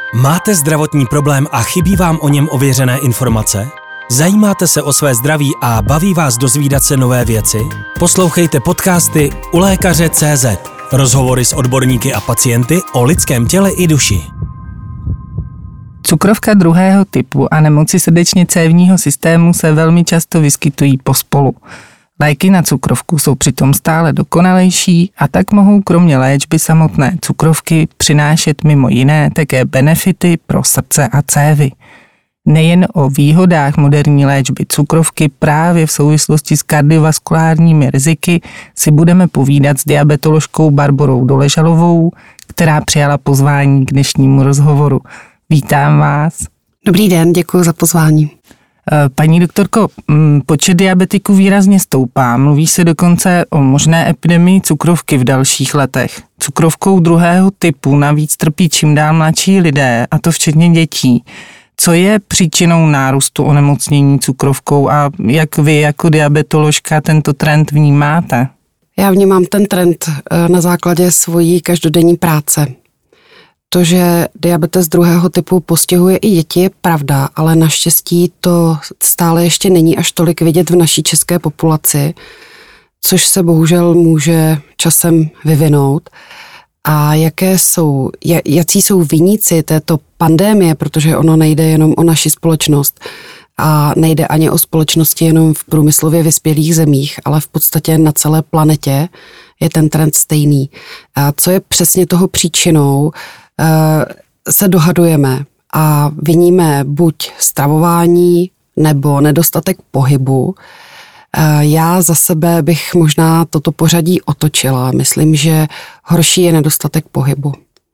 Máte zdravotní problém a chybí vám o něm ověřené informace? Zajímáte se o své zdraví a baví vás dozvídat se nové věci? Poslouchejte podcasty U lékaře.cz. Rozhovory s odborníky a pacienty o lidském těle i duši. Cukrovka druhého typu a nemoci srdečně-cévního systému se velmi často vyskytují pospolu. Léky na cukrovku jsou přitom stále dokonalejší a tak mohou kromě léčby samotné cukrovky přinášet mimo jiné také benefity pro srdce a cévy. Nejen o výhodách moderní léčby cukrovky právě v souvislosti s kardiovaskulárními riziky si budeme povídat s diabetoložkou Barborou Doležalovou, která přijala pozvání k dnešnímu rozhovoru. Vítám vás. Dobrý den, děkuji za pozvání. Paní doktorko, počet diabetiků výrazně stoupá. Mluví se dokonce o možné epidemii cukrovky v dalších letech. Cukrovkou druhého typu navíc trpí čím dál mladší lidé, a to včetně dětí. Co je příčinou nárůstu onemocnění cukrovkou a jak vy jako diabetoložka tento trend vnímáte? Já vnímám ten trend na základě svojí každodenní práce. To, že diabetes druhého typu postihuje i děti, je pravda, ale naštěstí to stále ještě není až tolik vidět v naší české populaci, což se bohužel může časem vyvinout. A jací jsou viníci této pandémie, protože ono nejde jenom o naši společnost a nejde ani o společnosti jenom v průmyslově vyspělých zemích, ale v podstatě na celé planetě je ten trend stejný. A co je přesně toho příčinou, se dohadujeme a viníme buď stravování nebo nedostatek pohybu. Já za sebe bych možná toto pořadí otočila. Myslím, že horší je nedostatek pohybu.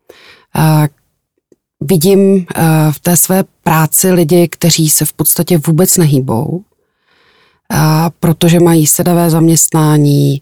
Vidím v té své práci lidi, kteří se v podstatě vůbec nehýbou, protože mají sedavé zaměstnání.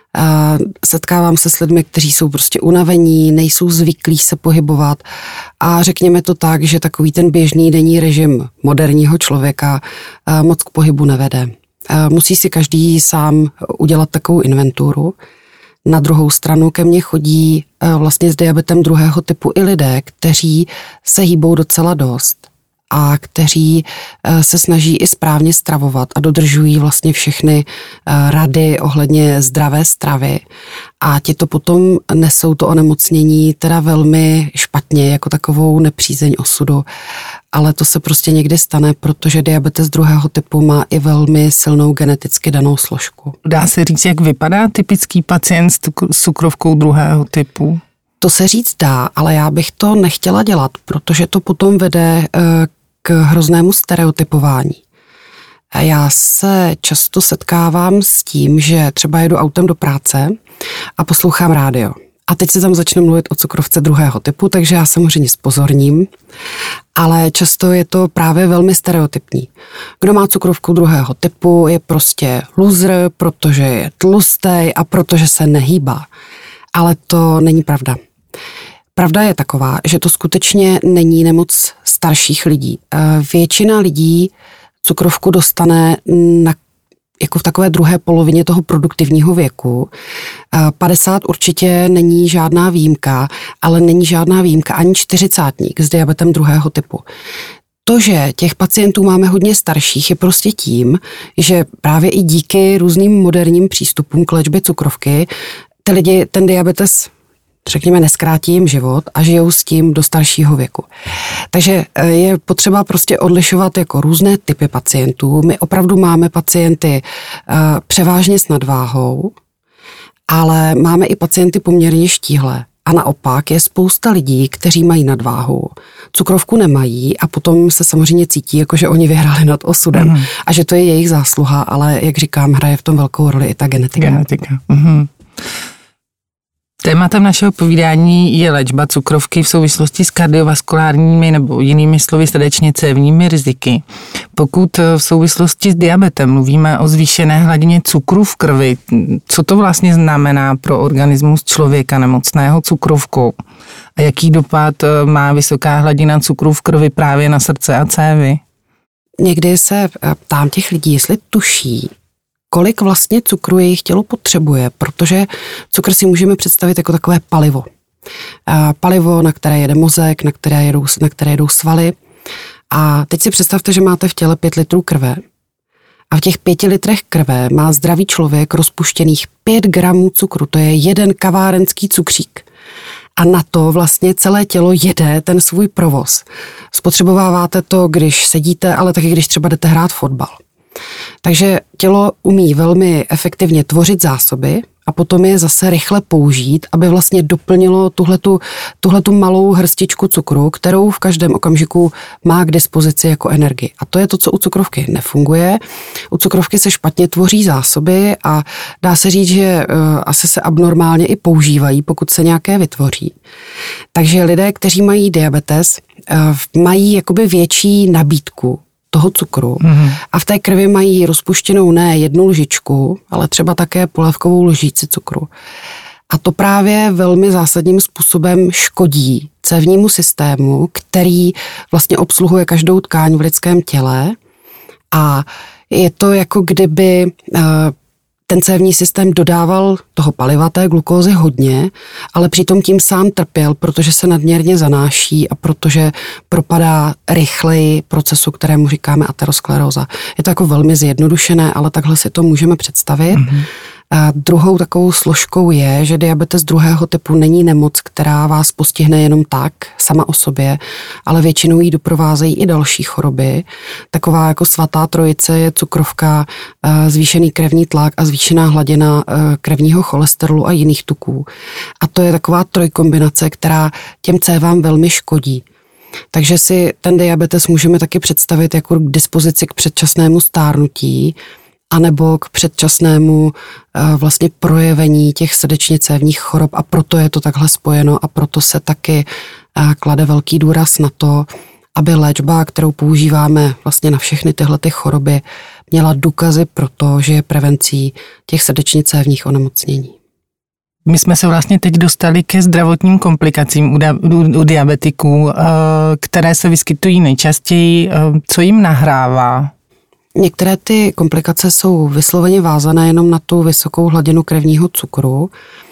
Setkávám se s lidmi, kteří jsou prostě unavení, nejsou zvyklí se pohybovat a řekněme to tak, že takový ten běžný denní režim moderního člověka moc k pohybu nevede. Musí si každý sám udělat takovou inventuru. Na druhou stranu ke mně chodí vlastně s diabetem druhého typu i lidé, kteří se hýbou docela dost a kteří se snaží i správně stravovat a dodržují vlastně všechny rady ohledně zdravé stravy. A ti to potom nesou to onemocnění teda velmi špatně, jako takovou nepřízeň osudu. Ale to se prostě někdy stane, protože diabetes druhého typu má i velmi silnou geneticky danou složku. Dá se říct, jak vypadá typický pacient s cukrovkou druhého typu? To se říct dá, ale já bych to nechtěla dělat, protože to potom vede k hroznému stereotypování. Já se často setkávám s tím, že třeba jedu autem do práce a poslouchám rádio. A teď se tam začne mluvit o cukrovce druhého typu, takže já samozřejmě zpozorním, ale často je to právě velmi stereotypní. Kdo má cukrovku druhého typu, je prostě loser, protože je tlustý a protože se nehýbá. Ale to není pravda. Pravda je taková, že to skutečně není nemoc starších lidí. Většina lidí cukrovku dostane jako v takové druhé polovině toho produktivního věku. 50 určitě není žádná výjimka, ale není žádná výjimka ani 40-tník s diabetem druhého typu. To, že těch pacientů máme hodně starších, je prostě tím, že právě i díky různým moderním přístupům k léčbě cukrovky ty lidi ten diabetes, řekněme, neskrátí jim život a žijou s tím do staršího věku. Takže je potřeba prostě odlišovat jako různé typy pacientů. My opravdu máme pacienty převážně s nadváhou, ale máme i pacienty poměrně štíhlé. A naopak je spousta lidí, kteří mají nadváhu, cukrovku nemají a potom se samozřejmě cítí, jako že oni vyhráli nad osudem a že to je jejich zásluha, ale jak říkám, hraje v tom velkou roli i ta genetika. Tématem našeho povídání je léčba cukrovky v souvislosti s kardiovaskulárními nebo jinými slovy srdečně-cévními riziky. Pokud v souvislosti s diabetem mluvíme o zvýšené hladině cukru v krvi, co to vlastně znamená pro organismus člověka nemocného cukrovkou? A jaký dopad má vysoká hladina cukru v krvi právě na srdce a cévy? Někdy se ptám těch lidí, jestli tuší, kolik vlastně cukru jejich tělo potřebuje, protože cukr si můžeme představit jako takové palivo. palivo, na které jede mozek, na které jedou svaly. A teď si představte, že máte v těle 5 litrů krve a v těch 5 litrech krve má zdravý člověk rozpuštěných 5 gramů cukru, to je 1 kavárenský cukřík. A na to vlastně celé tělo jede ten svůj provoz. Spotřebováváte to, když sedíte, ale taky když třeba jdete hrát fotbal. Takže tělo umí velmi efektivně tvořit zásoby a potom je zase rychle použít, aby vlastně doplnilo tuhletu malou hrstičku cukru, kterou v každém okamžiku má k dispozici jako energii. A to je to, co u cukrovky nefunguje. U cukrovky se špatně tvoří zásoby a dá se říct, že asi se abnormálně i používají, pokud se nějaké vytvoří. Takže lidé, kteří mají diabetes, mají jakoby větší nabídku toho cukru a v té krvi mají rozpuštěnou ne 1 lžičku, ale třeba také polévkovou lžíci cukru. A to právě velmi zásadním způsobem škodí cévnímu systému, který vlastně obsluhuje každou tkáň v lidském těle a je to jako kdyby ten cévní systém dodával toho paliva, té glukózy hodně, ale přitom tím sám trpěl, protože se nadměrně zanáší a protože propadá rychleji procesu, kterému říkáme ateroskleróza. Je to jako velmi zjednodušené, ale takhle si to můžeme představit. A druhou takovou složkou je, že diabetes 2. typu není nemoc, která vás postihne jenom tak, sama o sobě, ale většinou jí doprovázejí i další choroby. Taková jako svatá trojice je cukrovka, zvýšený krevní tlak a zvýšená hladina krevního cholesterolu a jiných tuků. A to je taková trojkombinace, která těm cévám velmi škodí. Takže si ten diabetes můžeme taky představit jako k dispozici k předčasnému stárnutí, anebo k předčasnému vlastně projevení těch srdečně cévních chorob a proto je to takhle spojeno a proto se taky klade velký důraz na to, aby léčba, kterou používáme vlastně na všechny tyhle ty choroby, měla důkazy pro to, že je prevencí těch srdečně cévních onemocnění. My jsme se vlastně teď dostali ke zdravotním komplikacím u diabetiků, které se vyskytují nejčastěji. Co jim nahrává? Některé ty komplikace jsou vysloveně vázané jenom na tu vysokou hladinu krevního cukru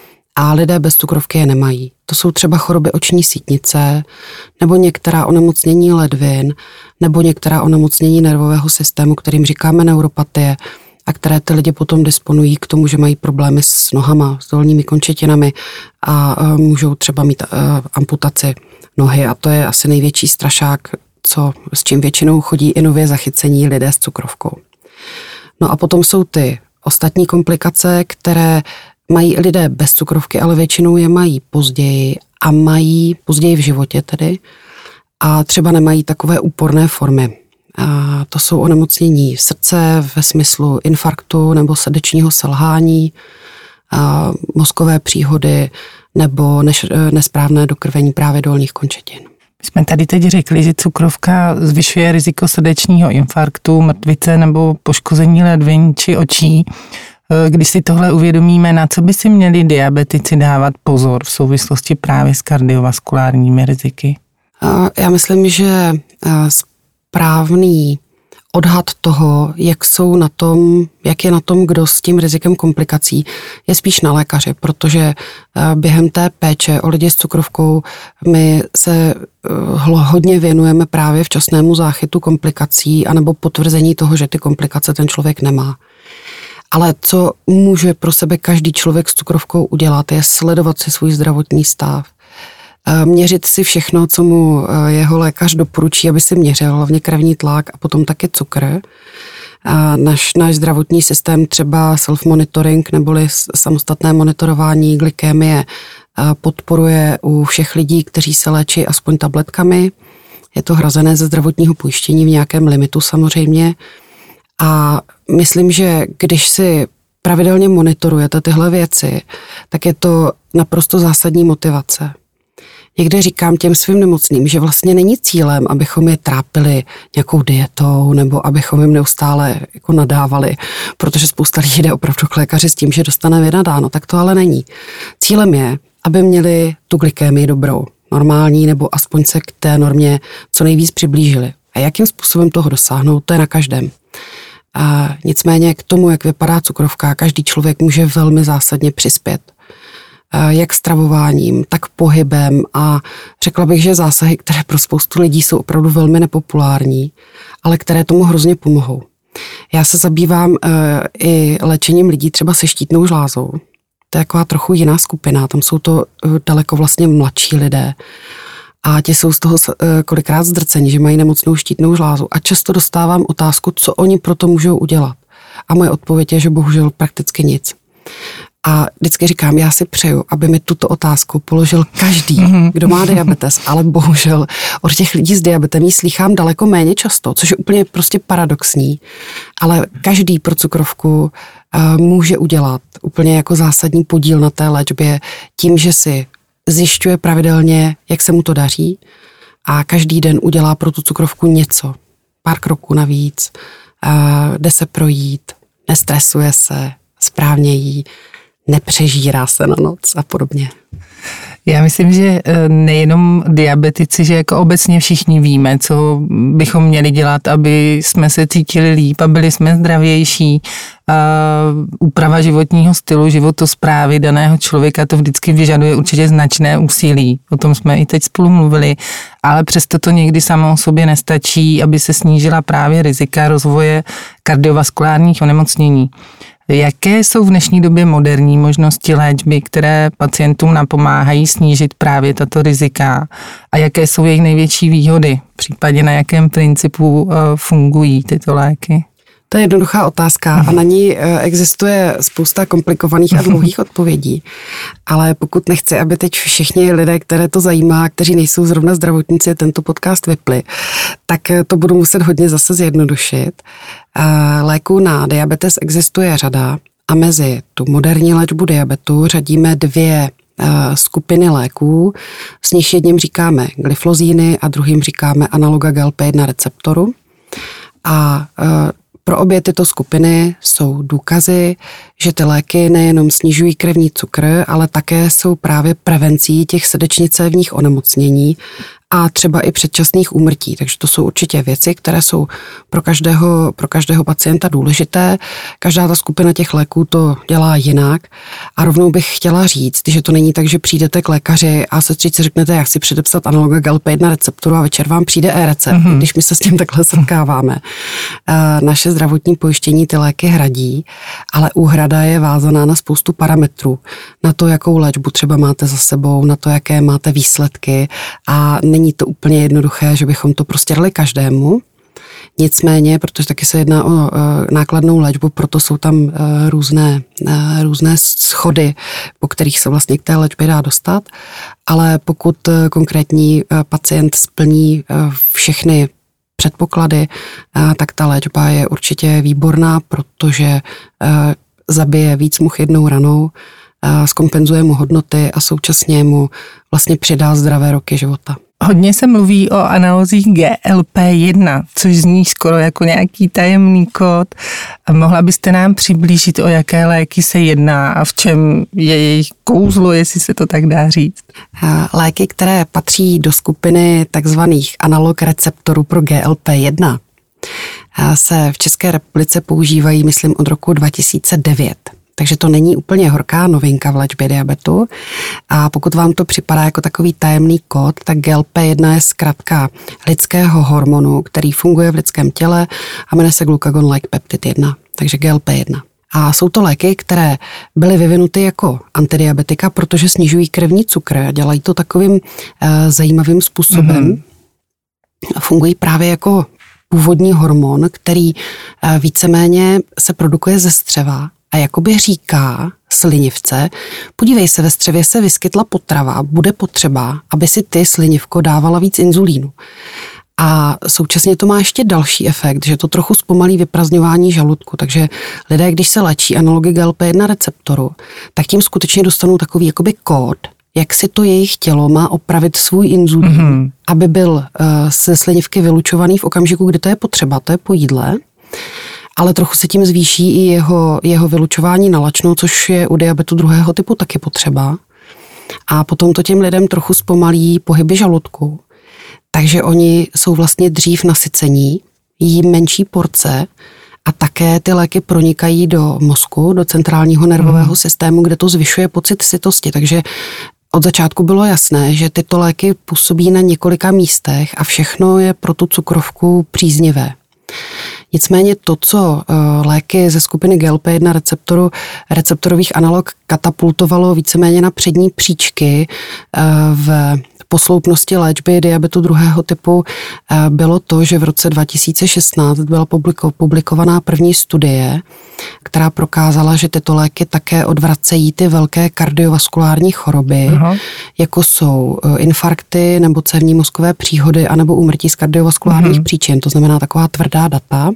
a lidé bez cukrovky je nemají. To jsou třeba choroby oční sítnice, nebo některá onemocnění ledvin, nebo některá onemocnění nervového systému, kterým říkáme neuropatie, a které ty lidi potom disponují k tomu, že mají problémy s nohama, s dolními končetinami a můžou třeba mít amputaci nohy a to je asi největší strašák, s čím většinou chodí i nově zachycení lidé s cukrovkou. No a potom jsou ty ostatní komplikace, které mají lidé bez cukrovky, ale většinou je mají později a mají později v životě tedy a třeba nemají takové úporné formy. A to jsou onemocnění srdce ve smyslu infarktu nebo srdečního selhání, mozkové příhody nebo nesprávné dokrvení právě dolních končetin. Jsme tady teď řekli, že cukrovka zvyšuje riziko srdečního infarktu, mrtvice nebo poškození ledvin či očí. Když si tohle uvědomíme, na co by si měli diabetici dávat pozor v souvislosti právě s kardiovaskulárními riziky? Já myslím, že správný odhad toho, jak je na tom, kdo s tím rizikem komplikací, je spíš na lékaři, protože během té péče o lidi s cukrovkou my se hodně věnujeme právě včasnému záchytu komplikací anebo potvrzení toho, že ty komplikace ten člověk nemá. Ale co může pro sebe každý člověk s cukrovkou udělat, je sledovat si svůj zdravotní stav. Měřit si všechno, co mu jeho lékař doporučí, aby si měřil, hlavně krevní tlak a potom taky cukr. Náš zdravotní systém, třeba self-monitoring neboli samostatné monitorování glykémie, podporuje u všech lidí, kteří se léčí aspoň tabletkami. Je to hrazené ze zdravotního pojištění v nějakém limitu samozřejmě. A myslím, že když si pravidelně monitorujete tyhle věci, tak je to naprosto zásadní motivace. Někde říkám těm svým nemocným, že vlastně není cílem, abychom je trápili nějakou dietou nebo abychom jim neustále jako nadávali, protože spousta lidí jde opravdu k lékaři s tím, že dostane vynadáno, tak to ale není. Cílem je, aby měli tu glykémii dobrou, normální nebo aspoň se k té normě co nejvíc přiblížili. A jakým způsobem toho dosáhnout, to je na každém. Nicméně k tomu, jak vypadá cukrovka, každý člověk může velmi zásadně přispět. jak stravováním, tak pohybem a řekla bych, že zásahy, které pro spoustu lidí jsou opravdu velmi nepopulární, ale které tomu hrozně pomohou. Já se zabývám i léčením lidí třeba se štítnou žlázou. To je taková trochu jiná skupina, tam jsou to daleko vlastně mladší lidé. A ti jsou z toho kolikrát zdrceni, že mají nemocnou štítnou žlázu. A často dostávám otázku, co oni pro to můžou udělat. A moje odpověď je, že bohužel prakticky nic. A vždycky říkám, já si přeju, aby mi tuto otázku položil každý, kdo má diabetes, ale bohužel od těch lidí s diabetem ji slýchám daleko méně často, což je úplně prostě paradoxní. Ale každý pro cukrovku může udělat úplně jako zásadní podíl na té léčbě tím, že si zjišťuje pravidelně, jak se mu to daří a každý den udělá pro tu cukrovku něco. Pár kroků navíc, jde se projít, nestresuje se, správně jí, nepřežírá se na noc a podobně. Já myslím, že nejenom diabetici, že jako obecně všichni víme, co bychom měli dělat, aby jsme se cítili líp a byli jsme zdravější. Úprava životního stylu, životosprávy daného člověka to vždycky vyžaduje určitě značné úsilí. O tom jsme i teď spolu mluvili, ale přesto to někdy samo o sobě nestačí, aby se snížila právě rizika rozvoje kardiovaskulárních onemocnění. Jaké jsou v dnešní době moderní možnosti léčby, které pacientům napomáhají snížit právě tato rizika a jaké jsou jejich největší výhody, případně na jakém principu fungují tyto léky? To je jednoduchá otázka a na ní existuje spousta komplikovaných a dlouhých odpovědí. Ale pokud nechci, aby teď všichni lidé, které to zajímá, kteří nejsou zrovna zdravotníci, tento podcast vypli, tak to budu muset hodně zase zjednodušit. Léků na diabetes existuje řada a mezi tu moderní léčbu diabetu řadíme dvě skupiny léků. S nich jedním říkáme glyflozíny a druhým říkáme analoga GLP-1 receptoru. A pro obě tyto skupiny jsou důkazy, že ty léky nejenom snižují krevní cukr, ale také jsou právě prevencí těch srdečně-cévních onemocnění a třeba i předčasných úmrtí. Takže to jsou určitě věci, které jsou pro každého pacienta důležité. Každá ta skupina těch léků to dělá jinak. A rovnou bych chtěla říct, že to není tak, že přijdete k lékaři a sestřičce řeknete, já chci předepsat analoga GLP-1 receptoru a večer vám přijde e-recept, když my se s tím takhle setkáváme. Naše zdravotní pojištění ty léky hradí, ale úhrada je vázaná na spoustu parametrů. Na to, jakou léčbu třeba máte za sebou, na to, jaké máte výsledky a není to úplně jednoduché, že bychom to prostě dali každému. Nicméně, protože taky se jedná o nákladnou léčbu, proto jsou tam různé schody, po kterých se vlastně k té léčbě dá dostat. Ale pokud konkrétní pacient splní všechny předpoklady, tak ta léčba je určitě výborná, protože zabije víc much jednou ranou, zkompenzuje mu hodnoty a současně mu vlastně přidá zdravé roky života. Hodně se mluví o analozích GLP-1, což zní skoro jako nějaký tajemný kód. Mohla byste nám přiblížit, o jaké léky se jedná a v čem je jejich kouzlo, jestli se to tak dá říct? Léky, které patří do skupiny takzvaných analog receptorů pro GLP-1, se v České republice používají, myslím, od roku 2009. Takže to není úplně horká novinka v léčbě diabetu. A pokud vám to připadá jako takový tajemný kód, tak GLP-1 je zkratka lidského hormonu, který funguje v lidském těle a jmenuje se glucagon-like peptid 1, takže GLP-1. A jsou to léky, které byly vyvinuty jako antidiabetika, protože snižují krevní cukr a dělají to takovým zajímavým způsobem. Fungují právě jako původní hormon, který víceméně se produkuje ze střeva a jakoby říká slinivce, podívej se, ve střevě se vyskytla potrava, bude potřeba, aby si ty, slinivko, dávala víc inzulínu. A současně to má ještě další efekt, že to trochu zpomalí vyprazňování žaludku, takže lidé, když se léčí analogy GLP-1 receptoru, tak tím skutečně dostanou takový jakoby kód, jak si to jejich tělo má opravit svůj inzulín, aby byl ze slinivky vylučovaný v okamžiku, kdy to je potřeba, to je po jídle, ale trochu se tím zvýší i jeho vylučování na lačno, což je u diabetu druhého typu taky potřeba. A potom to těm lidem trochu zpomalí pohyby žaludku. Takže oni jsou vlastně dřív nasycení, jí menší porce A také ty léky pronikají do mozku, do centrálního nervového systému, kde to zvyšuje pocit sytosti. Takže od začátku bylo jasné, že tyto léky působí na několika místech a všechno je pro tu cukrovku příznivé. Nicméně to, co léky ze skupiny GLP-1 receptorových analog katapultovalo víceméně na přední příčky v posloupnosti léčby diabetu druhého typu, bylo to, že v roce 2016 byla publikovaná první studie, která prokázala, že tyto léky také odvracejí ty velké kardiovaskulární choroby, jako jsou infarkty nebo cévní mozkové příhody anebo úmrtí z kardiovaskulárních příčin, to znamená taková tvrdá data.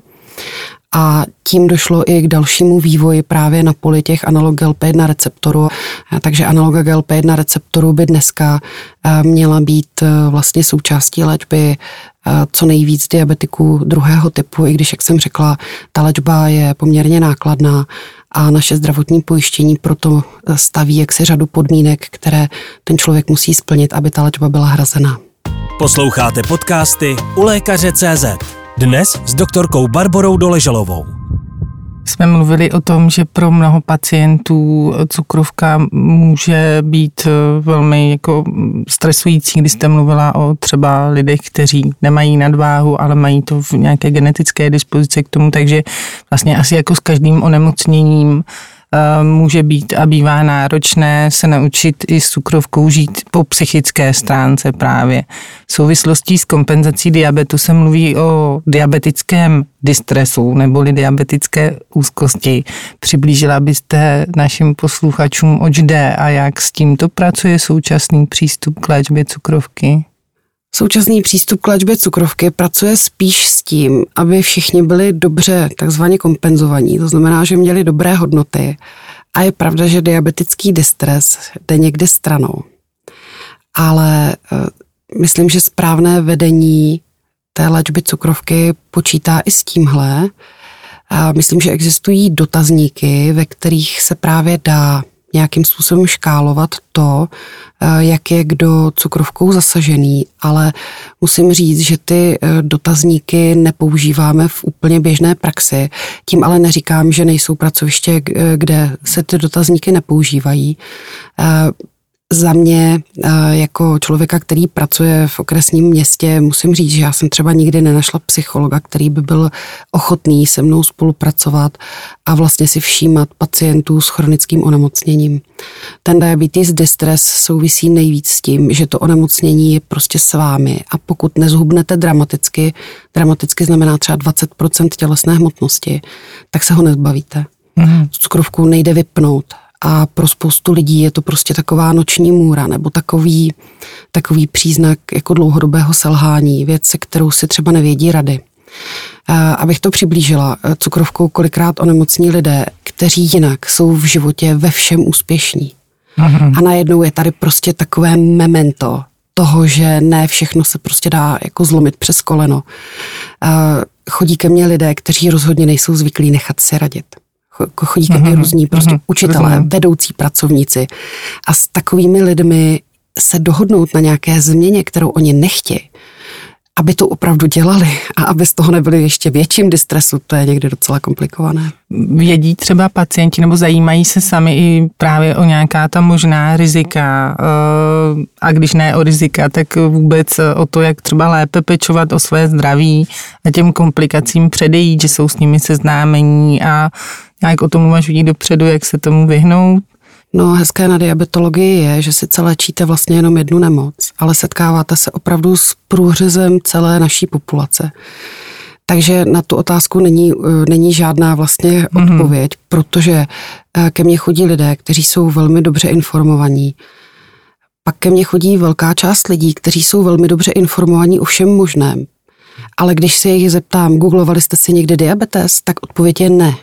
A tím došlo i k dalšímu vývoji právě na poli těch analog GLP-1 receptorů. Takže analoga GLP-1 receptorů by dneska měla být vlastně součástí léčby co nejvíc diabetiků druhého typu, i když, jak jsem řekla, ta léčba je poměrně nákladná a naše zdravotní pojištění proto staví jaksi řadu podmínek, které ten člověk musí splnit, aby ta léčba byla hrazena. Posloucháte podcasty u lékaře.cz. Dnes s doktorkou Barborou Doležalovou. Jsme mluvili o tom, že pro mnoho pacientů cukrovka může být velmi jako stresující, když jste mluvila o třeba lidech, kteří nemají nadváhu, ale mají to v nějaké genetické dispozici k tomu, takže vlastně asi jako s každým onemocněním může být a bývá náročné se naučit i s cukrovkou žít po psychické stránce právě. V souvislosti s kompenzací diabetu se mluví o diabetickém distresu neboli diabetické úzkosti. Přiblížila byste našim posluchačům, oč jde a jak s tímto pracuje současný přístup k léčbě cukrovky? Současný přístup k léčbě cukrovky pracuje spíš s tím, aby všichni byli dobře takzvaně kompenzovaní, to znamená, že měli dobré hodnoty a je pravda, že diabetický distres jde někde stranou. Ale myslím, že správné vedení té léčby cukrovky počítá i s tímhle. Myslím, že existují dotazníky, ve kterých se právě dá nějakým způsobem škálovat to, jak je kdo cukrovkou zasažený, ale musím říct, že ty dotazníky nepoužíváme v úplně běžné praxi. Tím ale neříkám, že nejsou pracoviště, kde se ty dotazníky nepoužívají. Za mě, jako člověka, který pracuje v okresním městě, musím říct, že já jsem třeba nikdy nenašla psychologa, který by byl ochotný se mnou spolupracovat a vlastně si všímat pacientů s chronickým onemocněním. Ten diabetes distres souvisí nejvíc s tím, že to onemocnění je prostě s vámi a pokud nezhubnete dramaticky znamená třeba 20% tělesné hmotnosti, tak se ho nezbavíte. Cukrovku nejde vypnout. A pro spoustu lidí je to prostě taková noční můra nebo takový příznak jako dlouhodobého selhání, věc, se kterou si třeba nevědí rady. Abych to přiblížila, cukrovkou kolikrát onemocní lidé, kteří jinak jsou v životě ve všem úspěšní. A najednou je tady prostě takové memento toho, že ne všechno se prostě dá jako zlomit přes koleno. Chodí ke mně lidé, kteří rozhodně nejsou zvyklí nechat si radit. Chodí ke mně různí prostě učitelé, vedoucí pracovníci a s takovými lidmi se dohodnout na nějaké změně, kterou oni nechtějí, aby to opravdu dělali a aby z toho nebyli ještě větším distresu, to je někdy docela komplikované. Vědí třeba pacienti nebo zajímají se sami i právě o nějaká ta možná rizika a když ne o rizika, tak vůbec o to, jak třeba lépe pečovat o své zdraví a těm komplikacím předejít, že jsou s nimi seznámení a jak o tom uvažují dopředu, jak se tomu vyhnout? No, hezké na diabetologii je, že sice léčíte vlastně jenom jednu nemoc, ale setkáváte se opravdu s průřezem celé naší populace. Takže na tu otázku není žádná vlastně odpověď, protože ke mně chodí lidé, kteří jsou velmi dobře informovaní. Pak ke mně chodí velká část lidí, kteří jsou velmi dobře informovaní o všem možném. Ale když se jich zeptám, googlovali jste si někdy diabetes, tak odpověď je ne.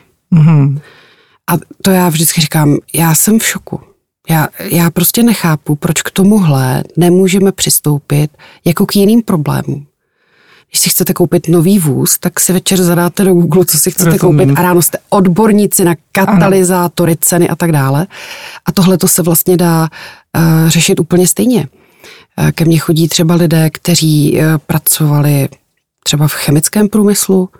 A to já vždycky říkám, já jsem v šoku. Já prostě nechápu, proč k tomuhle nemůžeme přistoupit jako k jiným problémům. Když si chcete koupit nový vůz, tak si večer zadáte do Google, co si chcete koupit a ráno jste odborníci na katalyzátory, ceny a tak dále. A tohle to se vlastně dá řešit úplně stejně. Ke mně chodí třeba lidé, kteří pracovali třeba v chemickém průmyslu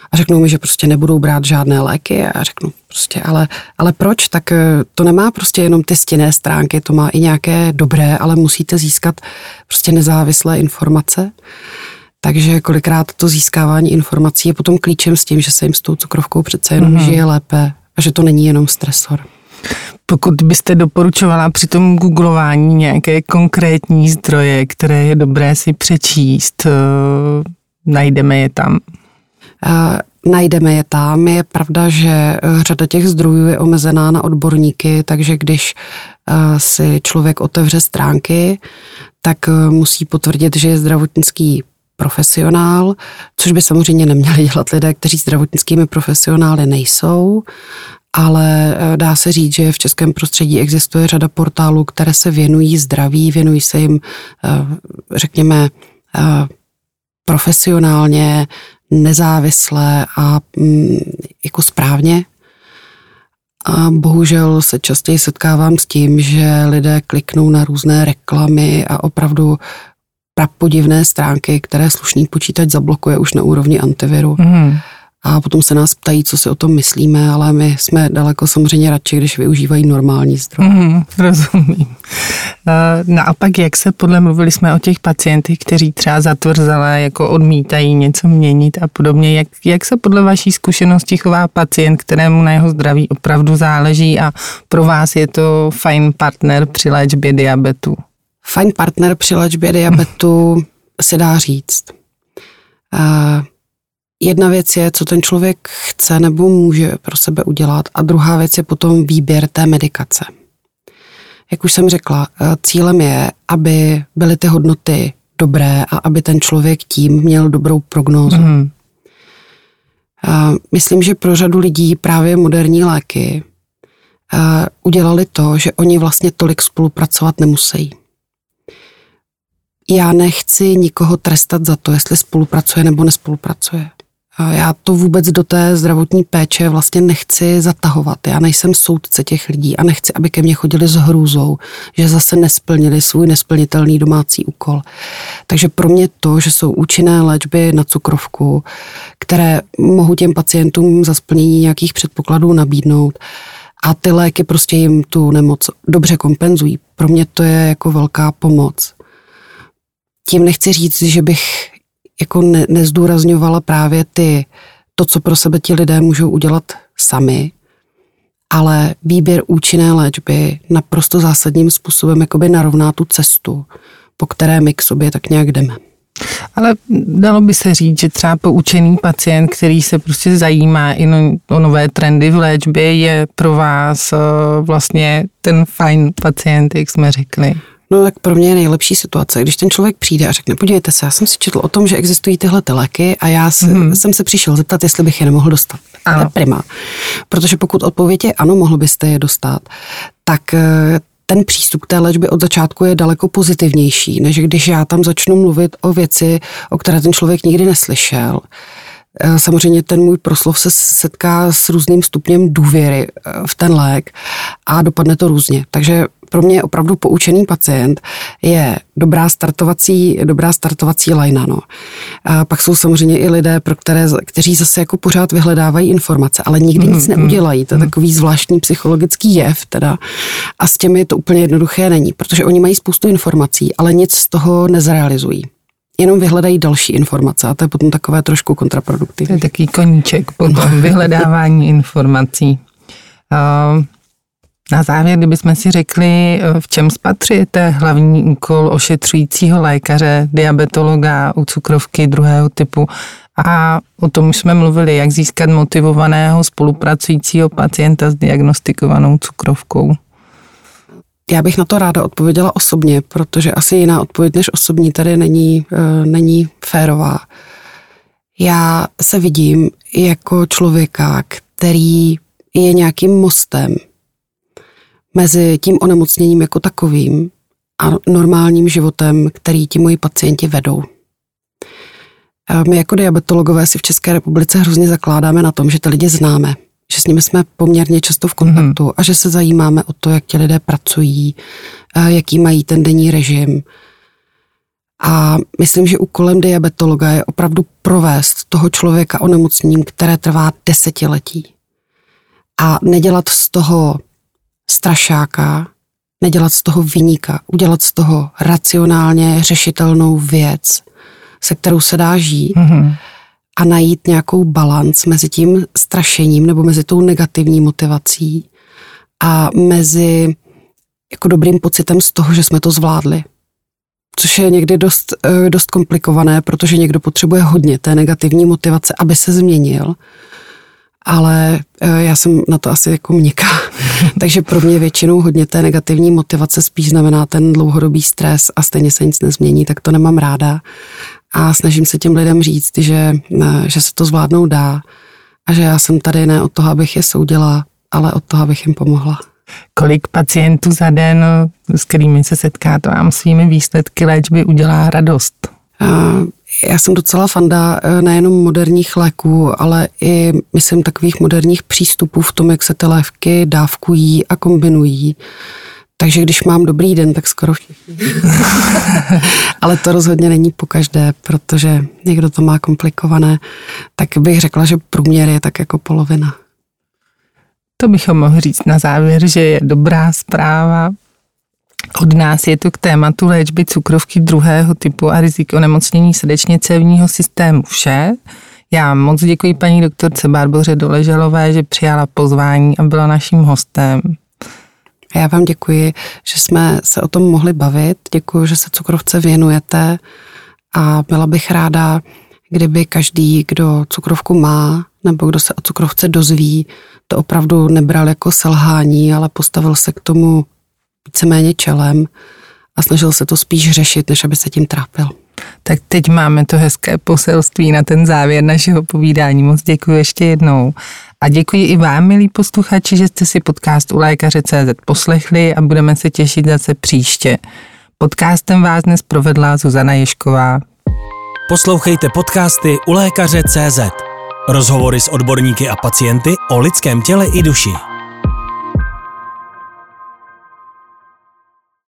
a řeknou mi, že prostě nebudou brát žádné léky a řeknu prostě, ale proč? Tak to nemá prostě jenom ty stinné stránky, to má i nějaké dobré, ale musíte získat prostě nezávislé informace. Takže kolikrát to získávání informací je potom klíčem s tím, že se jim s tou cukrovkou přece jenom žije lépe a že to není jenom stresor. Pokud byste doporučovala při tom googlování nějaké konkrétní zdroje, které je dobré si přečíst, najdeme je tam? Najdeme je tam. Je pravda, že řada těch zdrojů je omezená na odborníky, takže když si člověk otevře stránky, tak musí potvrdit, že je zdravotnický profesionál, což by samozřejmě neměli dělat lidé, kteří zdravotnickými profesionály nejsou, ale dá se říct, že v českém prostředí existuje řada portálů, které se věnují zdraví, věnují se jim, řekněme, profesionálně, nezávisle a jako správně. A bohužel se častěji setkávám s tím, že lidé kliknou na různé reklamy a opravdu prapodivné stránky, které slušný počítač zablokuje už na úrovni antiviru. A potom se nás ptají, co si o tom myslíme, ale my jsme daleko samozřejmě radši, když využívají normální zdroje. Rozumím. Naopak, mluvili jsme o těch pacientech, kteří třeba zatvrzele jako odmítají něco měnit a podobně. Jak se podle vaší zkušenosti chová pacient, kterému na jeho zdraví opravdu záleží a pro vás je to fajn partner při léčbě diabetu? Fajn partner při léčbě diabetu se dá říct. Jedna věc je, co ten člověk chce nebo může pro sebe udělat a druhá věc je potom výběr té medikace. Jak už jsem řekla, cílem je, aby byly ty hodnoty dobré a aby ten člověk tím měl dobrou prognózu. Myslím, že pro řadu lidí právě moderní léky udělali to, že oni vlastně tolik spolupracovat nemusí. Já nechci nikoho trestat za to, jestli spolupracuje nebo nespolupracuje. Já to vůbec do té zdravotní péče vlastně nechci zatahovat. Já nejsem soudce těch lidí a nechci, aby ke mně chodili s hrůzou, že zase nesplnili svůj nesplnitelný domácí úkol. Takže pro mě to, že jsou účinné léčby na cukrovku, které mohu těm pacientům za splnění nějakých předpokladů nabídnout a ty léky prostě jim tu nemoc dobře kompenzují. Pro mě to je jako velká pomoc. Tím nechci říct, že bych jako nezdůrazňovala právě to, co pro sebe ti lidé můžou udělat sami, ale výběr účinné léčby naprosto zásadním způsobem jakoby narovná tu cestu, po které my k sobě tak nějak jdeme. Ale dalo by se říct, že třeba poučený pacient, který se prostě zajímá i o nové trendy v léčbě, je pro vás vlastně ten fajn pacient, jak jsme řekli. No tak pro mě je nejlepší situace, když ten člověk přijde a řekne, podívejte se, já jsem si četl o tom, že existují tyhle léky a já jsem se přišel zeptat, jestli bych je nemohl dostat. To je prima. Protože pokud odpověď je ano, mohl byste je dostat, tak ten přístup k té léčbě od začátku je daleko pozitivnější, než když já tam začnu mluvit o věci, o které ten člověk nikdy neslyšel. Samozřejmě ten můj proslov se setká s různým stupněm důvěry v ten lék a dopadne to různě. Takže pro mě opravdu poučený pacient je dobrá startovací lajna. No. A pak jsou samozřejmě i lidé, kteří zase jako pořád vyhledávají informace, ale nikdy nic neudělají. To je takový zvláštní psychologický jev teda. A s těmi to úplně jednoduché není, protože oni mají spoustu informací, ale nic z toho nezrealizují. Jenom vyhledají další informace a to je potom takové trošku kontraproduktivní. To je takový koníček potom, vyhledávání informací. Na závěr, kdybychom si řekli, v čem spatřujete hlavní úkol ošetřujícího lékaře, diabetologa u cukrovky druhého typu, a o tom už jsme mluvili, jak získat motivovaného spolupracujícího pacienta s diagnostikovanou cukrovkou. Já bych na to ráda odpověděla osobně, protože asi jiná odpověď než osobní tady není férová. Já se vidím jako člověka, který je nějakým mostem mezi tím onemocněním jako takovým a normálním životem, který ti moji pacienti vedou. My jako diabetologové si v České republice hrozně zakládáme na tom, že ty lidi známe, že s nimi jsme poměrně často v kontaktu a že se zajímáme o to, jak ti lidé pracují, jaký mají ten denní režim. A myslím, že úkolem diabetologa je opravdu provést toho člověka onemocněním, které trvá desetiletí. A nedělat z toho strašáka, nedělat z toho viníka, udělat z toho racionálně řešitelnou věc, se kterou se dá žít a najít nějakou balanc mezi tím strašením nebo mezi tou negativní motivací a mezi jako dobrým pocitem z toho, že jsme to zvládli. Což je někdy dost komplikované, protože někdo potřebuje hodně té negativní motivace, aby se změnil. Ale já jsem na to asi jako měkká. Takže pro mě většinou hodně té negativní motivace spíš znamená ten dlouhodobý stres a stejně se nic nezmění, tak to nemám ráda. A snažím se těm lidem říct, že se to zvládnout dá a že já jsem tady ne od toho, abych je soudila, ale od toho, abych jim pomohla. Kolik pacientů za den, s kterými se setkáte, vám svými výsledky léčby udělá radost? Já jsem docela fanda nejenom moderních léků, ale i, myslím, takových moderních přístupů v tom, jak se ty léky dávkují a kombinují. Takže když mám dobrý den, tak skoro všichni. Ale to rozhodně není pokaždé, protože někdo to má komplikované. Tak bych řekla, že průměr je tak jako polovina. To bychom mohli říct na závěr, že je dobrá zpráva. Od nás je to k tématu léčby cukrovky 2. typu a rizik onemocnění srdečně-cévního systému vše. Já moc děkuji paní doktorce Barboře Doležalové, že přijala pozvání a byla naším hostem. Já vám děkuji, že jsme se o tom mohli bavit. Děkuji, že se cukrovce věnujete a byla bych ráda, kdyby každý, kdo cukrovku má nebo kdo se o cukrovce dozví, to opravdu nebral jako selhání, ale postavil se k tomu víceméně čelem a snažil se to spíš řešit, než aby se tím trápil. Tak teď máme to hezké poselství na ten závěr našeho povídání. Moc děkuji ještě jednou. A děkuji i vám, milí posluchači, že jste si podcast u lékaře.cz poslechli a budeme se těšit zase příště. Podcastem vás dnes provedla Zuzana Ježková. Poslouchejte podcasty u lékaře.cz. Rozhovory s odborníky a pacienty o lidském těle i duši.